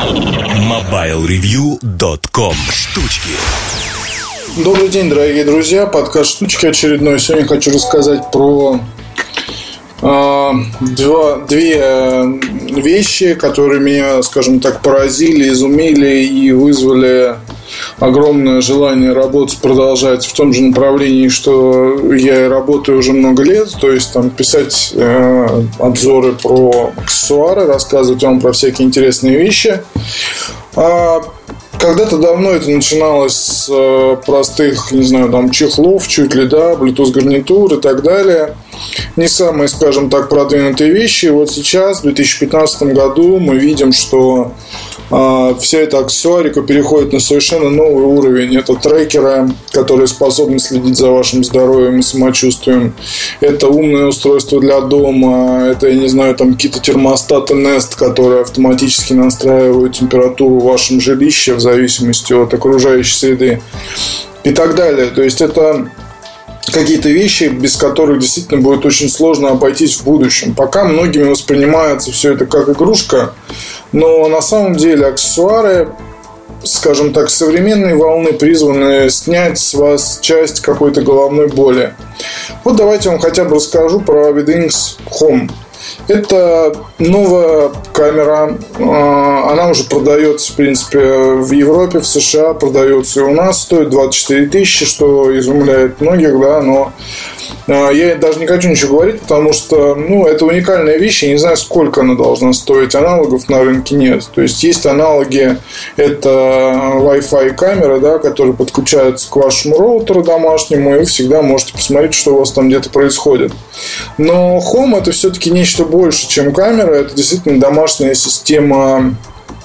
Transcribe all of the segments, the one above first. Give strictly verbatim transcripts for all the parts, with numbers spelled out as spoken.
мобайл ревью точка ком. Штучки. Добрый день, дорогие друзья. Подкаст «Штучки» очередной. Сегодня хочу рассказать про э, два, две вещи, которые меня, скажем так, поразили, изумили и вызвали огромное желание работать, продолжать в том же направлении, что я и работаю уже много лет. То есть там писать э, обзоры про аксессуары, рассказывать вам про всякие интересные вещи. А когда-то давно это начиналось с э, простых, не знаю, там чехлов, чуть ли, да, Bluetooth гарнитур и так далее. Не самые, скажем так, продвинутые вещи. Вот сейчас, в две тысячи пятнадцатом году, мы видим, что э, вся эта аксессуарика переходит на совершенно новый уровень. Это трекеры, которые способны следить за вашим здоровьем и самочувствием. Это умные устройства для дома. Это, я не знаю, там какие-то термостаты Nest, которые автоматически настраивают температуру в вашем жилище в зависимости от окружающей среды и так далее. То есть это какие-то вещи, без которых действительно будет очень сложно обойтись в будущем. Пока многими воспринимается все это как игрушка, но на самом деле аксессуары, скажем так, современной волны призваны снять с вас часть какой-то головной боли. Вот давайте я вам хотя бы расскажу про Withings Home. Это новая камера. Она уже продается, в принципе, в Европе, в США продается и у нас. Стоит двадцать четыре тысячи, что изумляет многих, да, но я даже не хочу ничего говорить, потому что, ну, это уникальная вещь. Я не знаю, сколько она должна стоить. Аналогов на рынке нет. То есть есть аналоги. Это Wi-Fi камера, да, которая подключается к вашему роутеру домашнему, и вы всегда можете посмотреть, что у вас там где-то происходит. Но Home — это все-таки нечто больше, чем камера. Это действительно домашняя система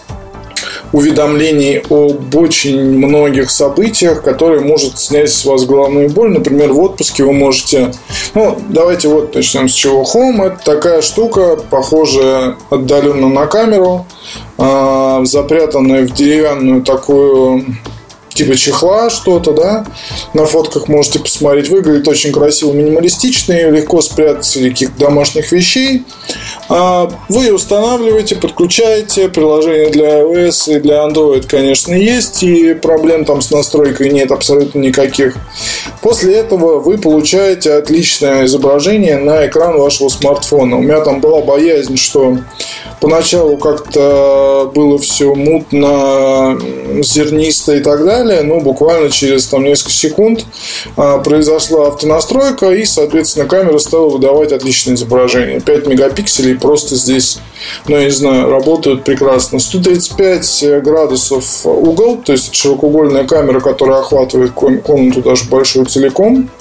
уведомлений об очень многих событиях, которые может снять с вас головную боль. Например, в отпуске вы можете... Ну, давайте вот начнем с чего. Home — это такая штука, похожая отдаленно на камеру, запрятанная в деревянную такую... типа чехла что-то, да. На фотках можете посмотреть. Выглядит очень красиво, минималистично и легко спрятать среди каких-то домашних вещей. Вы ее устанавливаете, подключаете. Приложение для iOS и для Android, конечно, есть. И проблем там с настройкой нет абсолютно никаких. После этого вы получаете отличное изображение на экран вашего смартфона. У меня там была боязнь, что поначалу как-то было все мутно, зернисто и так далее. Но буквально через там, несколько секунд а, произошла автонастройка, и, соответственно, камера стала выдавать отличное изображение. пять мегапикселей просто здесь, ну, я не знаю, работают прекрасно. сто тридцать пять градусов угол, то есть широкоугольная камера, которая охватывает комнату даже большую целиком.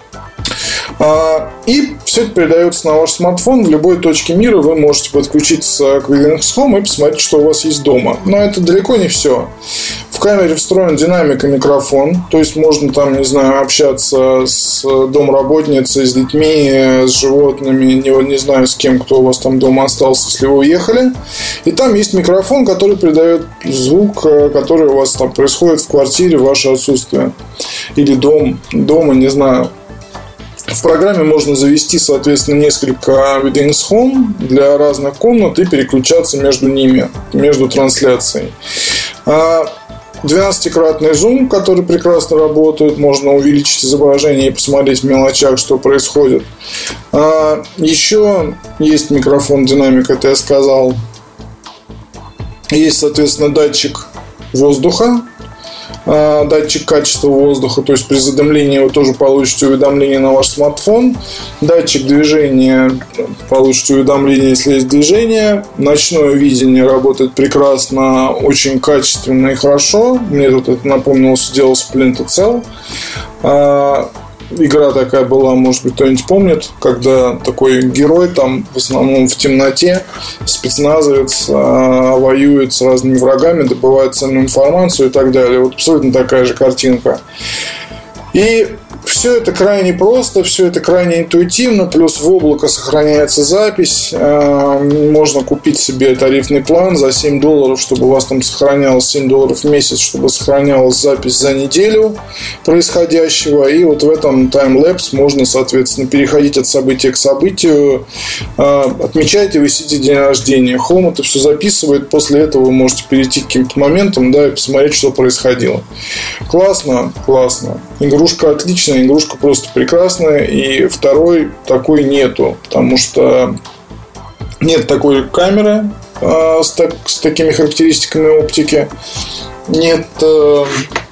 И все это передается на ваш смартфон. В любой точке мира вы можете подключиться к Withings Home и посмотреть, что у вас есть дома. Но это далеко не все. В камере встроен динамик и микрофон. То есть можно там, не знаю, общаться с домработницей, с детьми, с животными, не, не знаю, с кем, кто у вас там дома остался, если вы уехали. И там есть микрофон, который передает звук, который у вас там происходит в квартире в ваше отсутствие. Или дом, дома, не знаю. В программе можно завести, соответственно, несколько Withings Home для разных комнат и переключаться между ними, между трансляцией. двенадцатикратный зум, который прекрасно работает. Можно увеличить изображение и посмотреть в мелочах, что происходит. Еще есть микрофон динамик, это я сказал. Есть, соответственно, датчик воздуха, датчик качества воздуха, то есть при задымлении вы тоже получите уведомление на ваш смартфон. Датчик движения, получите уведомление, если есть движение. Ночное видение работает прекрасно, очень качественно и хорошо. Мне тут это напомнило, что делал Splinter Cell. Игра такая была, может быть, кто-нибудь помнит, когда такой герой там в основном в темноте, спецназовец, а, воюет с разными врагами, добывает ценную информацию и так далее. Вот абсолютно такая же картинка. И Все это крайне просто, все это крайне интуитивно, плюс в облако сохраняется запись. Можно купить себе тарифный план за семь долларов, чтобы у вас там сохранялось семь долларов в месяц, чтобы сохранялась запись за неделю происходящего. И вот в этом таймлэпс можно, соответственно, переходить от события к событию. Отмечаете вы сидите день рождения. Home это все записывает. После этого вы можете перейти к каким-то моментам, да, и посмотреть, что происходило. Классно, классно. Игрушка отличная, игрушка просто прекрасная. И второй такой нету, потому что нет такой камеры э, с, так, с такими характеристиками оптики. Нет э,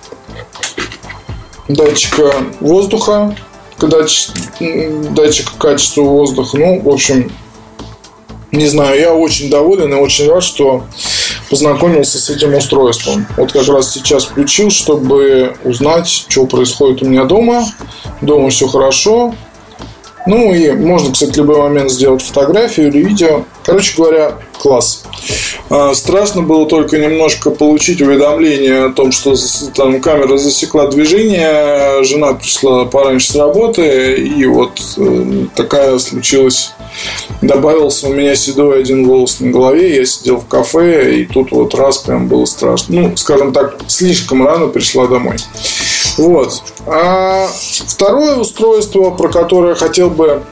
датчика воздуха, датчик, датчика качества воздуха. Ну, в общем, не знаю, я очень доволен и очень рад, что познакомился с этим устройством. Вот как раз сейчас включил, чтобы узнать, что происходит у меня дома. Дома все хорошо. Ну и можно, кстати, в любой момент сделать фотографию или видео. Короче говоря, класс. Страшно было только немножко получить уведомление о том, что там камера засекла движение. Жена пришла пораньше с работы. И вот такая случилась. Добавился у меня седой один волос на голове. Я сидел в кафе. И тут вот раз прям было страшно. Ну, скажем так, слишком рано пришла домой. Вот. А второе устройство, про которое я хотел бы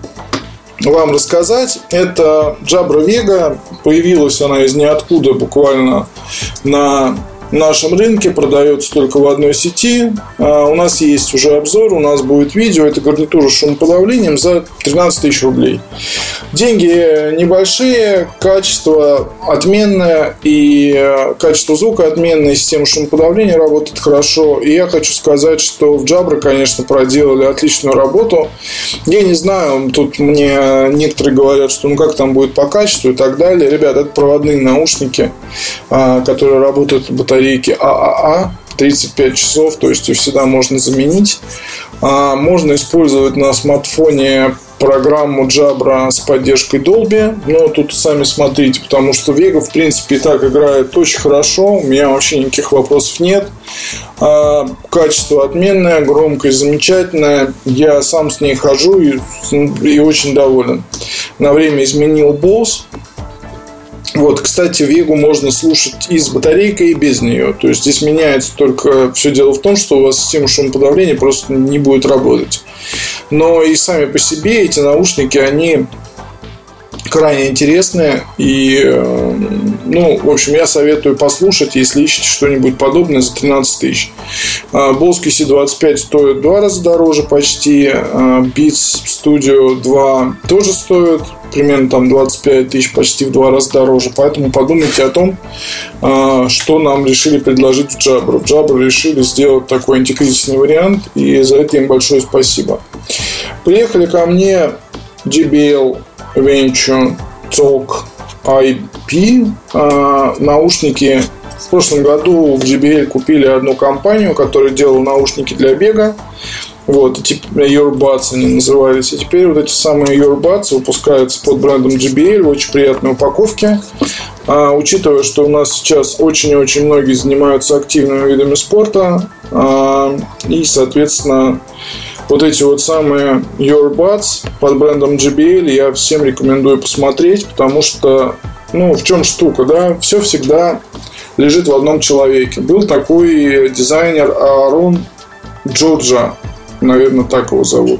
вам рассказать, это Jabra Vega. Появилась она из ниоткуда буквально на нашем рынке, продается только в одной сети. А у нас есть уже обзор, у нас будет видео. Это гарнитура с шумоподавлением за тринадцать тысяч рублей. Деньги небольшие, качество отменное, и качество звука отменное, система шумоподавления работает хорошо. И я хочу сказать, что в Jabra, конечно, проделали отличную работу. Я не знаю, тут мне некоторые говорят, что ну как там будет по качеству и так далее. Ребят, это проводные наушники, которые работают в батарейке ААА тридцать пять часов, то есть их всегда можно заменить. Можно использовать на смартфоне программу Jabra с поддержкой Dolby. Но тут сами смотрите, потому что Vega, в принципе, и так играет очень хорошо. У меня вообще никаких вопросов нет. Качество отменное, громкость замечательная. Я сам с ней хожу и, и очень доволен. На время изменил Bose. Вот, кстати, Вегу можно слушать и с батарейкой, и без нее. То есть здесь меняется только все дело в том, что у вас система шумоподавления просто не будет работать. Но и сами по себе эти наушники, они крайне интересные. И, ну, в общем, я советую послушать, если ищете что-нибудь подобное за тринадцать тысяч. Bose си двадцать пять стоит в два раза дороже почти. Beats Studio два тоже стоит примерно там двадцать пять тысяч, почти в два раза дороже. Поэтому подумайте о том, что нам решили предложить в Jabra. В Jabra решили сделать такой антикризисный вариант, и за это им большое спасибо. Приехали ко мне джей би эл Venture Talk ай пи наушники. В прошлом году в джей би эл купили одну компанию, которая делала наушники для бега. Вот, типа Earbuds они назывались. И теперь вот эти самые Earbuds выпускаются под брендом джей би эл в очень приятной упаковке. А, учитывая, что у нас сейчас очень и очень многие занимаются активными видами спорта, а, и, соответственно, вот эти вот самые Earbuds под брендом джей би эл я всем рекомендую посмотреть, потому что, ну, в чем штука, да, все всегда лежит в одном человеке. Был такой дизайнер Аарон Джорджа, наверное, так его зовут.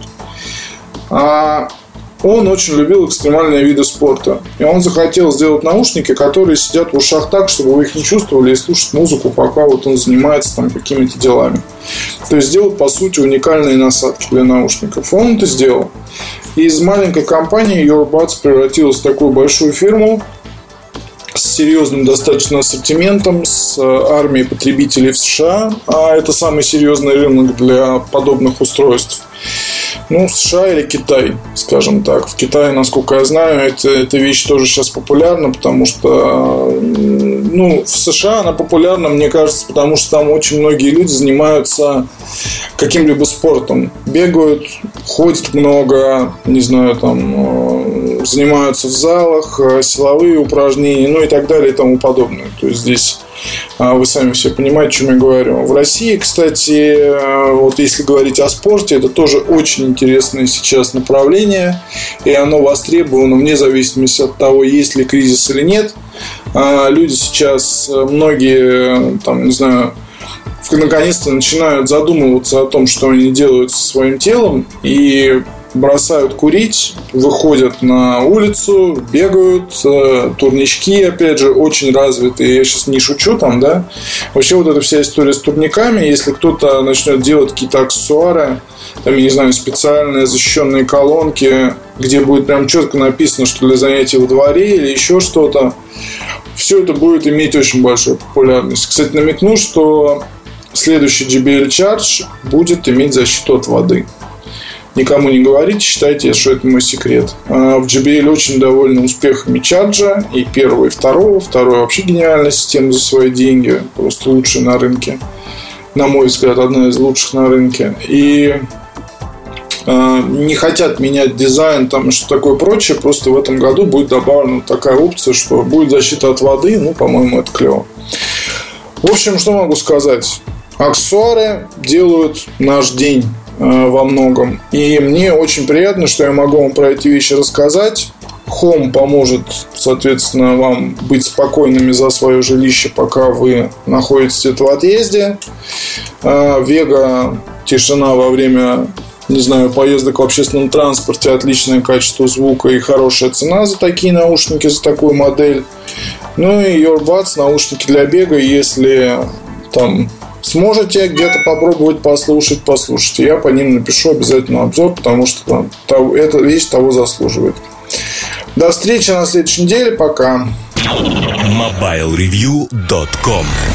А он очень любил экстремальные виды спорта. И он захотел сделать наушники, которые сидят в ушах так, чтобы вы их не чувствовали, и слушать музыку, пока вот он занимается там какими-то делами. То есть сделать, по сути, уникальные насадки для наушников. Он это сделал. И из маленькой компании Earbuds превратилась в такую большую фирму с серьезным достаточно ассортиментом, с армией потребителей в США. А это самый серьезный рынок для подобных устройств. Ну, США или Китай, скажем так. В Китае, насколько я знаю, это, эта вещь тоже сейчас популярна, потому что, ну, в США она популярна, мне кажется, потому что там очень многие люди занимаются каким-либо спортом. Бегают, ходят много, не знаю, там, занимаются в залах, силовые упражнения, ну и так далее и тому подобное. То есть здесь Вы сами все понимаете, о чем я говорю. В России, кстати, вот если говорить о спорте, это тоже очень интересное сейчас направление. И оно востребовано вне зависимости от того, есть ли кризис или нет. Люди сейчас, многие, там, не знаю, наконец-то начинают задумываться о том, что они делают со своим телом. И бросают курить, выходят на улицу, бегают, турнички, опять же, очень развитые. Я сейчас не шучу там, да. Вообще вот эта вся история с турниками, если кто-то начнет делать какие-то аксессуары, там, я не знаю, специальные защищенные колонки, где будет прям четко написано, что для занятий во дворе или еще что-то, все это будет иметь очень большую популярность. Кстати, намекну, что следующий джей би эл Charge будет иметь защиту от воды. Никому не говорите, считайте, что это мой секрет. В джей би эл очень довольны успехами чарджа. И первого, и второго. Второй вообще гениальная система за свои деньги. Просто лучшая на рынке. На мой взгляд, одна из лучших на рынке. И э, не хотят менять дизайн там, и что такое прочее. Просто в этом году будет добавлена такая опция, что будет защита от воды. Ну, по-моему, это клево. В общем, что могу сказать? Аксессуары делают наш день во многом. И мне очень приятно, что я могу вам про эти вещи рассказать. Home поможет, соответственно, вам быть спокойными за свое жилище, пока вы находитесь в отъезде. Vega тишина во время, не знаю, поездок в общественном транспорте, отличное качество звука и хорошая цена за такие наушники, за такую модель. Ну и Earbuds, наушники для бега, если там сможете где-то попробовать послушать, послушайте. Я по ним напишу обязательно обзор, потому что там, эта вещь того заслуживает. До встречи на следующей неделе. Пока. мобайл ревью точка ком